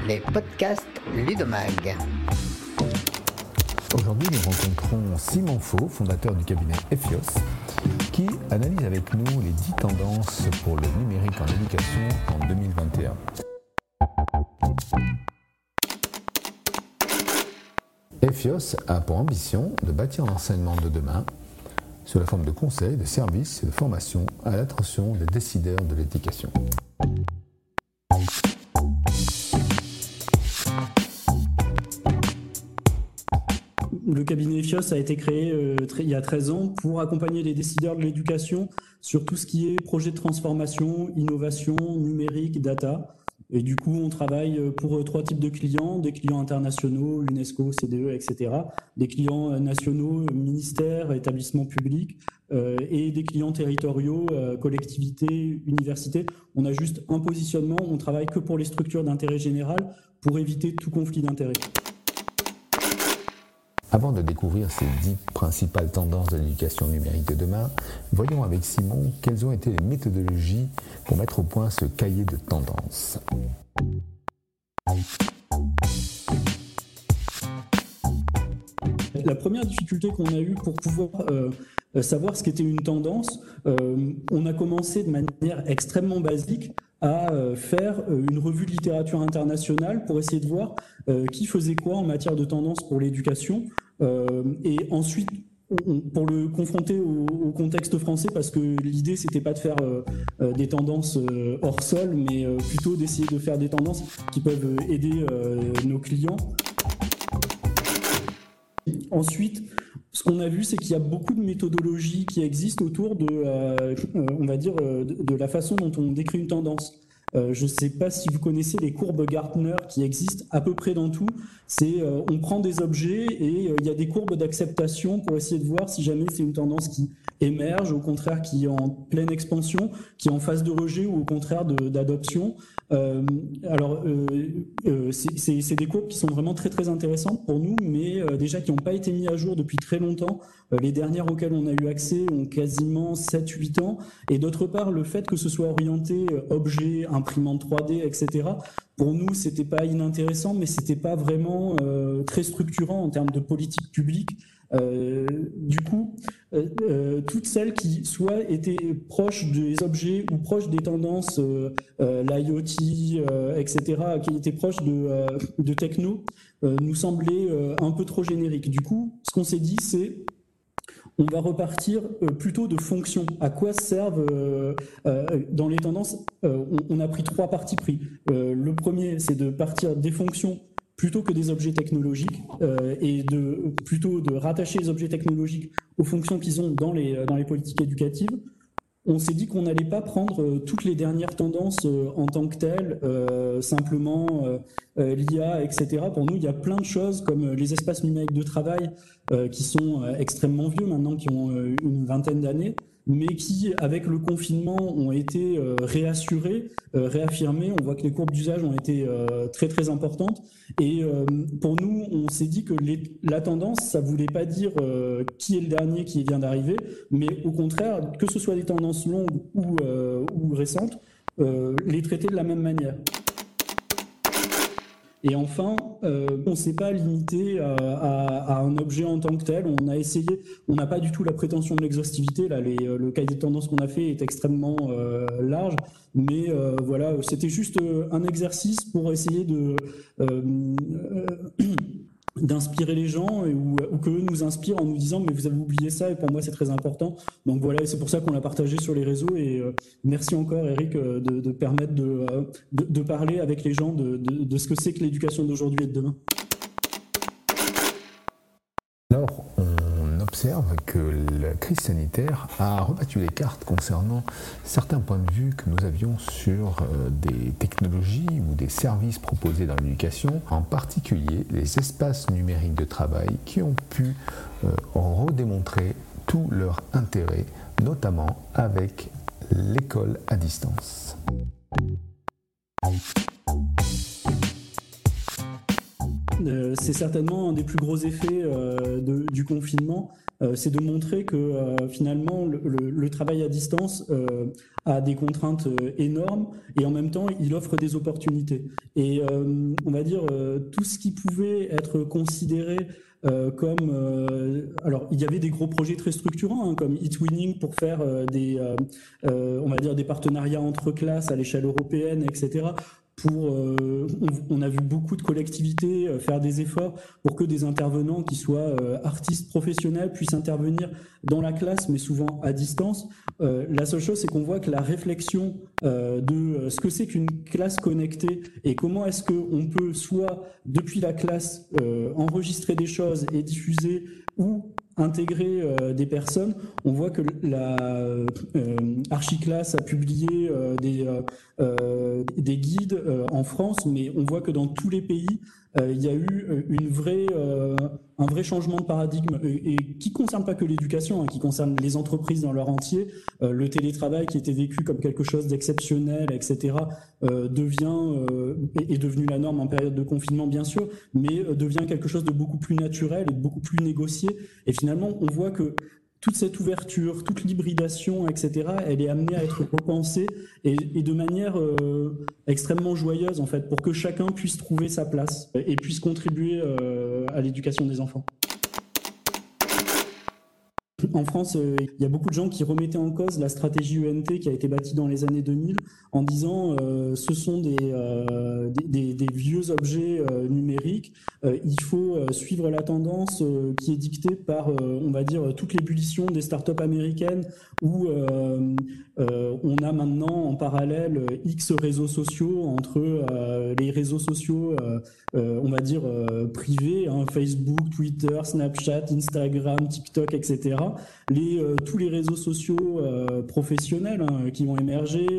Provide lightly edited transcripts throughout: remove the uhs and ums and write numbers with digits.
les podcasts Ludomag. Aujourd'hui, nous rencontrons Simon Faux, fondateur du cabinet EFIOS, qui analyse avec nous les 10 tendances pour le numérique en éducation en 2021. EFIOS a pour ambition de bâtir l'enseignement de demain sous la forme de conseils, de services et de formations à l'attention des décideurs de l'éducation. Le cabinet EFIOS a été créé il y a 13 ans pour accompagner les décideurs de l'éducation sur tout ce qui est projet de transformation, innovation, numérique, data. Et du coup, on travaille pour 3 types de clients, des clients internationaux, UNESCO, CDE, etc., des clients nationaux, ministères, établissements publics, et des clients territoriaux, collectivités, universités. On a juste un positionnement, on travaille que pour les structures d'intérêt général pour éviter tout conflit d'intérêts. Avant de découvrir ces 10 principales tendances de l'éducation numérique de demain, voyons avec Simon quelles ont été les méthodologies pour mettre au point ce cahier de tendances. La première difficulté qu'on a eue pour pouvoir savoir ce qu'était une tendance, on a commencé de manière extrêmement basique à faire une revue de littérature internationale pour essayer de voir qui faisait quoi en matière de tendance pour l'éducation. Et ensuite, pour le confronter au contexte français, parce que l'idée, c'était pas de faire des tendances hors sol, mais plutôt d'essayer de faire des tendances qui peuvent aider nos clients. Ensuite, ce qu'on a vu, c'est qu'il y a beaucoup de méthodologies qui existent autour de, on va dire, de la façon dont on décrit une tendance. Je ne sais pas si vous connaissez les courbes Gartner qui existent à peu près dans tout. C'est on prend des objets et il y a des courbes d'acceptation pour essayer de voir si jamais c'est une tendance qui émerge, au contraire qui est en pleine expansion, qui est en phase de rejet ou au contraire d'adoption. C'est des courbes qui sont vraiment très très intéressantes pour nous, mais déjà qui n'ont pas été mis à jour depuis très longtemps. Les dernières auxquelles on a eu accès ont quasiment 7-8 ans. Et d'autre part, le fait que ce soit orienté objet, imprimante 3D, etc., pour nous, c'était pas inintéressant, mais c'était pas vraiment très structurant en termes de politique publique. Du coup, toutes celles qui soit étaient proches des objets ou proches des tendances, l'IoT, etc., qui étaient proches de techno, nous semblaient un peu trop génériques. Du coup, ce qu'on s'est dit, c'est on va repartir plutôt de fonctions. À quoi servent dans les tendances on a pris 3 partis pris. Le premier, c'est de partir des fonctions plutôt que des objets technologiques et plutôt de rattacher les objets technologiques aux fonctions qu'ils ont dans les politiques éducatives. On s'est dit qu'on n'allait pas prendre toutes les dernières tendances en tant que telles, simplement l'IA, etc. Pour nous, il y a plein de choses comme les espaces numériques de travail qui sont extrêmement vieux maintenant, qui ont une vingtaine d'années, mais qui, avec le confinement, ont été réassurés, réaffirmés. On voit que les courbes d'usage ont été très, très importantes. Et pour nous, on s'est dit que la tendance, ça ne voulait pas dire qui est le dernier qui vient d'arriver, mais au contraire, que ce soit des tendances longues ou récentes, les traiter de la même manière. Et enfin, on ne s'est pas limité à un objet en tant que tel. On a essayé, on n'a pas du tout la prétention de l'exhaustivité. Là, le cahier de tendance qu'on a fait est extrêmement large, mais voilà, c'était juste un exercice pour essayer d'inspirer les gens ou qu'eux nous inspirent en nous disant mais vous avez oublié ça et pour moi c'est très important. Donc voilà, et c'est pour ça qu'on l'a partagé sur les réseaux et merci encore Eric de permettre de parler avec les gens de ce que c'est que l'éducation d'aujourd'hui et de demain. Alors, on observe que la crise sanitaire a rebattu les cartes concernant certains points de vue que nous avions sur des technologies ou des services proposés dans l'éducation, en particulier les espaces numériques de travail qui ont pu redémontrer tout leur intérêt, notamment avec l'école à distance. c'est certainement un des plus gros effets du confinement. C'est de montrer que finalement le travail à distance a des contraintes énormes et en même temps il offre des opportunités. Et on va dire tout ce qui pouvait être considéré alors il y avait des gros projets très structurants comme eTwinning pour faire on va dire des partenariats entre classes à l'échelle européenne, etc. On a vu beaucoup de collectivités faire des efforts pour que des intervenants qui soient artistes professionnels puissent intervenir dans la classe, mais souvent à distance. La seule chose, c'est qu'on voit que la réflexion de ce que c'est qu'une classe connectée et comment est-ce qu'on peut soit depuis la classe enregistrer des choses et diffuser ou intégrer des personnes. On voit que Archiclass a publié des guides en France, mais on voit que dans tous les pays, il y a eu un vrai changement de paradigme et qui ne concerne pas que l'éducation, qui concerne les entreprises dans leur entier. Le télétravail qui était vécu comme quelque chose d'exceptionnel, etc., est devenu la norme en période de confinement, bien sûr, mais devient quelque chose de beaucoup plus naturel et de beaucoup plus négocié. Et finalement, on voit que toute cette ouverture, toute l'hybridation, etc., elle est amenée à être repensée et de manière extrêmement joyeuse, en fait, pour que chacun puisse trouver sa place et puisse contribuer à l'éducation des enfants. En France, il y a beaucoup de gens qui remettaient en cause la stratégie UNT qui a été bâtie dans les années 2000 en disant ce sont des vieux objets numériques, il faut suivre la tendance qui est dictée par, on va dire, toute l'ébullition des startups américaines où on a maintenant en parallèle X réseaux sociaux entre les réseaux sociaux, on va dire, privés, Facebook, Twitter, Snapchat, Instagram, TikTok, etc. Tous les réseaux sociaux professionnels qui vont émerger,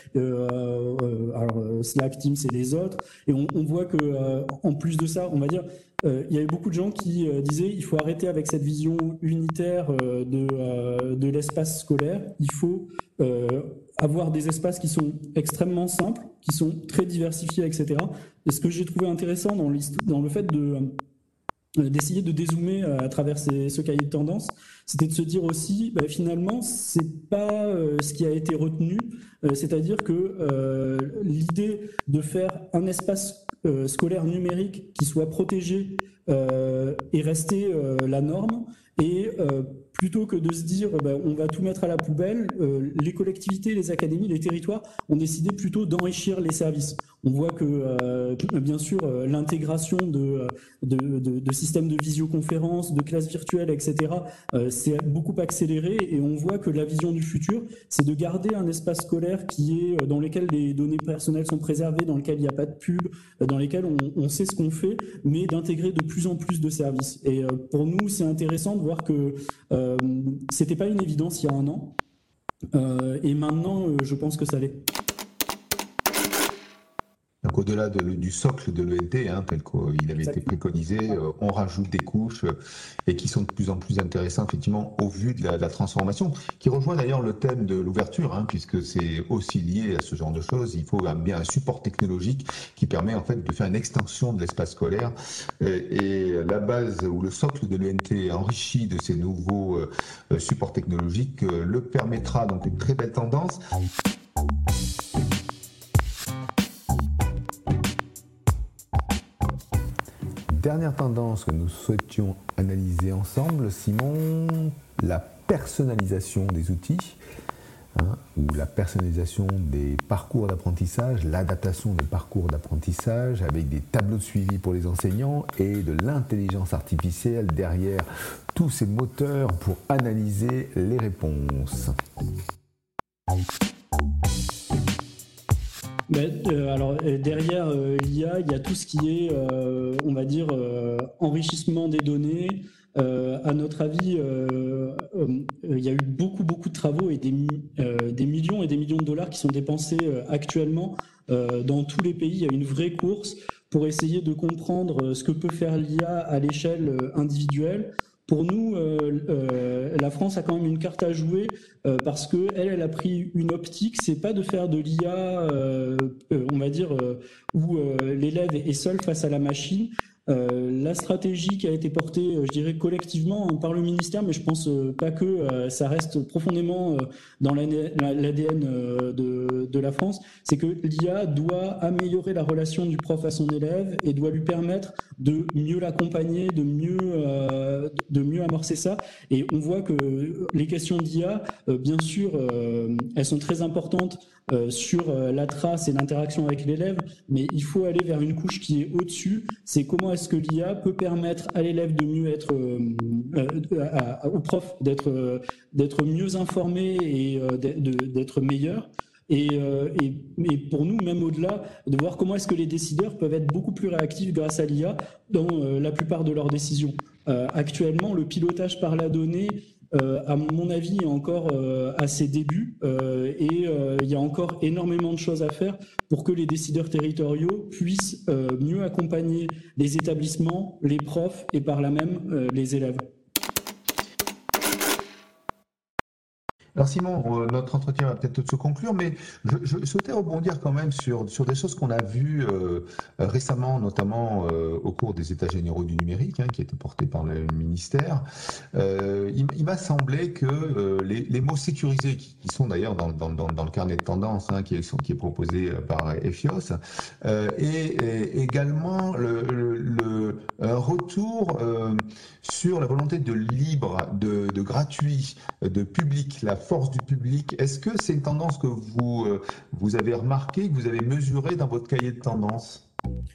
alors Slack, Teams et les autres. Et on voit que en plus de ça, on va dire, il y avait beaucoup de gens qui disaient il faut arrêter avec cette vision unitaire de l'espace scolaire. Il faut avoir des espaces qui sont extrêmement simples, qui sont très diversifiés, etc. Et ce que j'ai trouvé intéressant dans le fait d'essayer de dézoomer à travers ce cahier de tendance, c'était de se dire aussi, finalement, c'est pas ce qui a été retenu, c'est-à-dire que l'idée de faire un espace scolaire numérique qui soit protégé est restée la norme, et plutôt que de se dire on va tout mettre à la poubelle, les collectivités, les académies, les territoires ont décidé plutôt d'enrichir les services. On voit que bien sûr l'intégration de systèmes de visioconférence, de classes virtuelles, etc. s'est beaucoup accéléré, et on voit que la vision du futur, c'est de garder un espace scolaire dans lequel les données personnelles sont préservées, dans lequel il n'y a pas de pub, dans lequel on sait ce qu'on fait, mais d'intégrer de plus en plus de services. Et pour nous, c'est intéressant de voir que c'était pas une évidence il y a un an, et maintenant je pense que ça l'est. Donc au-delà du socle de l'ENT, tel qu'il avait été préconisé, on rajoute des couches et qui sont de plus en plus intéressants effectivement au vu de la transformation, qui rejoint d'ailleurs le thème de l'ouverture, puisque c'est aussi lié à ce genre de choses. Il faut bien un support technologique qui permet en fait de faire une extension de l'espace scolaire, et la base ou le socle de l'ENT enrichi de ces nouveaux supports technologiques le permettra. Donc une très belle tendance. Dernière tendance que nous souhaitions analyser ensemble, Simon, la personnalisation des outils, ou la personnalisation des parcours d'apprentissage, l'adaptation des parcours d'apprentissage avec des tableaux de suivi pour les enseignants et de l'intelligence artificielle derrière tous ces moteurs pour analyser les réponses. Alors derrière l'IA, il y a tout ce qui est, on va dire, enrichissement des données. À notre avis, il y a eu beaucoup de travaux et des millions et des millions de dollars qui sont dépensés actuellement dans tous les pays. Il y a une vraie course pour essayer de comprendre ce que peut faire l'IA à l'échelle individuelle. Pour nous, la France a quand même une carte à jouer parce que elle a pris une optique, c'est pas de faire de l'IA, on va dire, où l'élève est seul face à la machine. La stratégie qui a été portée, je dirais collectivement par le ministère, mais je pense pas que ça reste profondément dans l'ADN de la France, c'est que l'IA doit améliorer la relation du prof à son élève et doit lui permettre de mieux l'accompagner, de mieux amorcer ça. Et on voit que les questions d'IA, bien sûr, elles sont très importantes sur la trace et l'interaction avec l'élève, mais il faut aller vers une couche qui est au-dessus. C'est comment est-ce que l'IA peut permettre à l'élève de mieux être, au prof d'être mieux informé et d'être meilleur. Et pour nous, même au-delà, de voir comment est-ce que les décideurs peuvent être beaucoup plus réactifs grâce à l'IA dans la plupart de leurs décisions. Actuellement, le pilotage par la donnée, à mon avis, est encore à ses débuts et il y a encore énormément de choses à faire pour que les décideurs territoriaux puissent mieux accompagner les établissements, les profs et par là même les élèves. Alors Simon, notre entretien va peut-être se conclure, mais je souhaitais rebondir quand même sur des choses qu'on a vues récemment, notamment au cours des États généraux du numérique, qui a été porté par le ministère. Il m'a semblé que les mots sécurisés, qui sont d'ailleurs dans le carnet de tendance qui est proposé par EFIOS, et également un retour sur la volonté de libre, de gratuit, de public, la force du public. Est-ce que c'est une tendance que vous avez remarquée, que vous avez mesurée dans votre cahier de tendance ?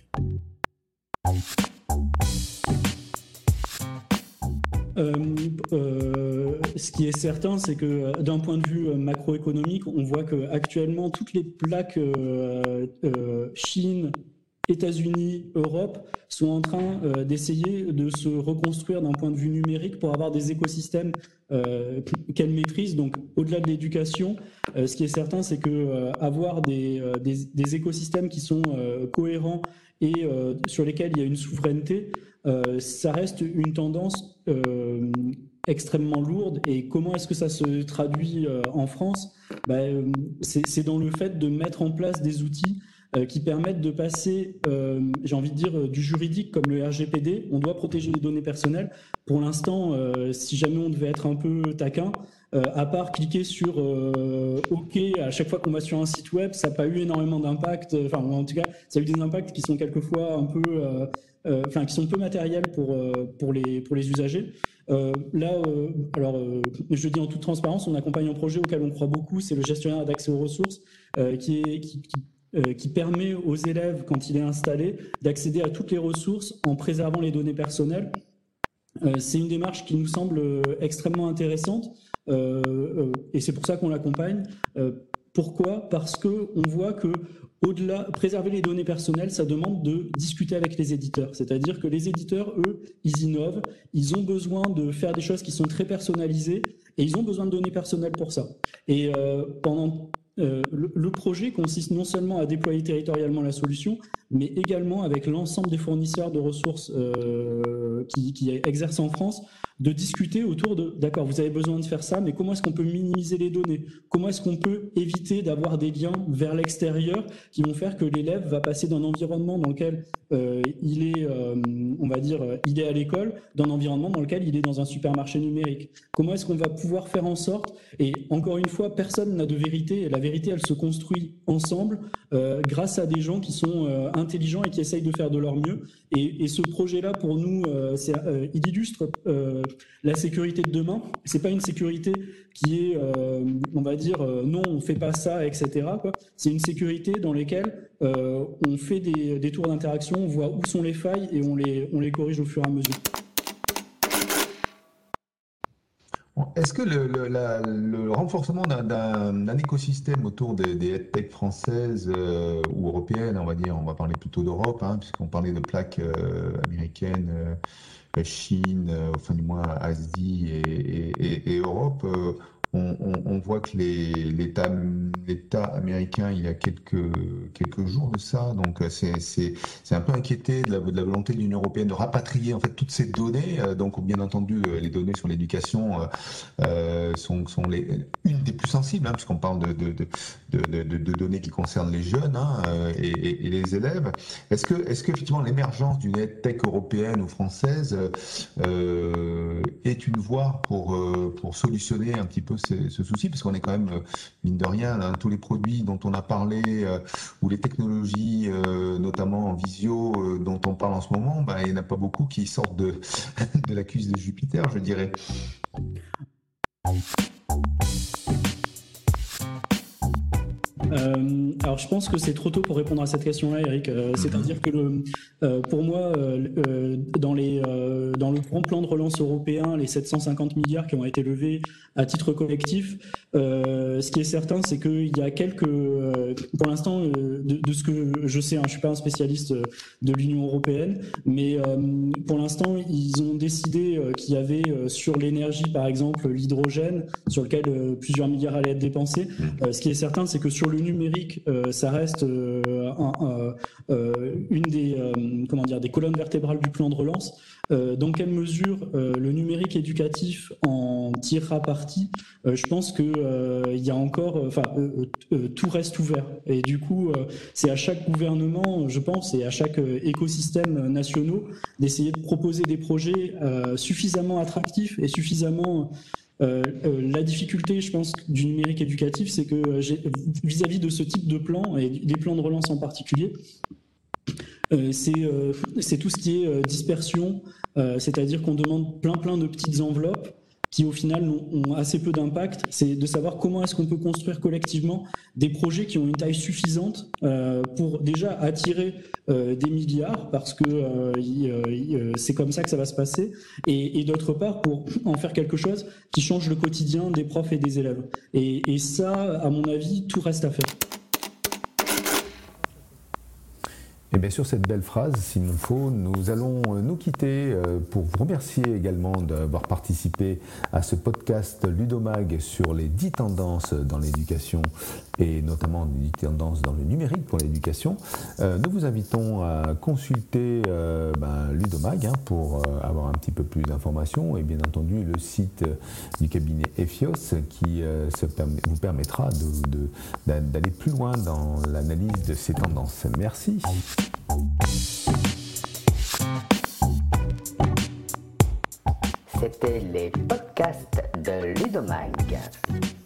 Ce qui est certain, c'est que d'un point de vue macroéconomique, on voit qu'actuellement, toutes les plaques Chine, États-Unis, Europe sont en train d'essayer de se reconstruire d'un point de vue numérique pour avoir des écosystèmes qu'elles maîtrisent. Donc, au-delà de l'éducation, ce qui est certain, c'est que avoir des écosystèmes qui sont cohérents et sur lesquels il y a une souveraineté, ça reste une tendance extrêmement lourde. Et comment est-ce que ça se traduit en France ? C'est dans le fait de mettre en place des outils qui permettent de passer, j'ai envie de dire, du juridique comme le RGPD. On doit protéger les données personnelles. Pour l'instant, si jamais on devait être un peu taquin, à part cliquer sur OK à chaque fois qu'on va sur un site web, ça n'a pas eu énormément d'impact. Enfin, en tout cas, ça a eu des impacts qui sont quelquefois un peu, qui sont peu matériels pour les usagers. Je dis en toute transparence, on accompagne un projet auquel on croit beaucoup, c'est le gestionnaire d'accès aux ressources, qui permet aux élèves, quand il est installé, d'accéder à toutes les ressources en préservant les données personnelles. C'est une démarche qui nous semble extrêmement intéressante et c'est pour ça qu'on l'accompagne. Pourquoi ? Parce qu'on voit que au-delà, préserver les données personnelles, ça demande de discuter avec les éditeurs. C'est-à-dire que les éditeurs, eux, ils innovent, ils ont besoin de faire des choses qui sont très personnalisées et ils ont besoin de données personnelles pour ça. Et le projet consiste non seulement à déployer territorialement la solution, mais également avec l'ensemble des fournisseurs de ressources qui exercent en France, de discuter autour de, d'accord, vous avez besoin de faire ça, mais comment est-ce qu'on peut minimiser les données ? Comment est-ce qu'on peut éviter d'avoir des liens vers l'extérieur qui vont faire que l'élève va passer d'un environnement dans lequel il est, il est à l'école, d'un environnement dans lequel il est dans un supermarché numérique ? Comment est-ce qu'on va pouvoir faire en sorte, et encore une fois, personne n'a de vérité, et la vérité, elle se construit ensemble grâce à des gens qui sont intelligents et qui essayent de faire de leur mieux. Et ce projet-là, pour nous, il illustre la sécurité de demain. C'est pas une sécurité qui est, non, on fait pas ça, etc. C'est une sécurité dans laquelle on fait des tours d'interaction, on voit où sont les failles et on les corrige au fur et à mesure. Est-ce que le renforcement d'un écosystème autour des EdTech françaises ou européennes, on va parler plutôt d'Europe, puisqu'on parlait de plaques américaines, Chine, enfin du moins Asie et Europe, on voit que l'État américain, il y a quelques jours de ça, donc c'est un peu inquiété de la volonté de l'Union européenne de rapatrier en fait toutes ces données. Donc bien entendu, les données sur l'éducation sont une des plus sensibles, hein, puisqu'on parle de données qui concernent les jeunes, hein, et les élèves. Est-ce que effectivement l'émergence d'une EdTech européenne ou française est une voie pour solutionner un petit peu ce souci, parce qu'on est quand même, mine de rien, là, tous les produits dont on a parlé, ou les technologies, notamment en visio, dont on parle en ce moment, il n'y en a pas beaucoup qui sortent de la cuisse de Jupiter, je dirais. Alors je pense que c'est trop tôt pour répondre à cette question-là, Eric. C'est-à-dire que pour moi, dans le grand plan de relance européen, les 750 milliards qui ont été levés à titre collectif, ce qui est certain, c'est qu'il y a pour l'instant, de ce que je sais, hein, je ne suis pas un spécialiste de l'Union européenne, mais pour l'instant, ils ont décidé qu'il y avait sur l'énergie, par exemple, l'hydrogène, sur lequel plusieurs milliards allaient être dépensés. Ce qui est certain, c'est que sur le numérique, ça reste une des colonnes vertébrales du plan de relance. Dans quelle mesure le numérique éducatif en tirera parti? Je pense que il y a encore, tout reste ouvert. Et du coup, c'est à chaque gouvernement, je pense, et à chaque écosystème nationaux d'essayer de proposer des projets suffisamment attractifs et suffisamment. La difficulté, je pense, du numérique éducatif, c'est que vis-à-vis de ce type de plan, et des plans de relance en particulier, c'est tout ce qui est dispersion, c'est-à-dire qu'on demande plein de petites enveloppes qui au final ont assez peu d'impact. C'est de savoir comment est-ce qu'on peut construire collectivement des projets qui ont une taille suffisante pour déjà attirer des milliards, parce que c'est comme ça que ça va se passer, et d'autre part pour en faire quelque chose qui change le quotidien des profs et des élèves. Et ça, à mon avis, tout reste à faire. Et bien sur cette belle phrase, s'il nous faut, nous allons nous quitter pour vous remercier également d'avoir participé à ce podcast Ludomag sur les 10 tendances dans l'éducation et notamment les 10 tendances dans le numérique pour l'éducation. Nous vous invitons à consulter Ludomag pour avoir un petit peu plus d'informations, et bien entendu le site du cabinet EFIOS qui vous permettra d'aller plus loin dans l'analyse de ces tendances. Merci. C'était les podcasts de Ludomag.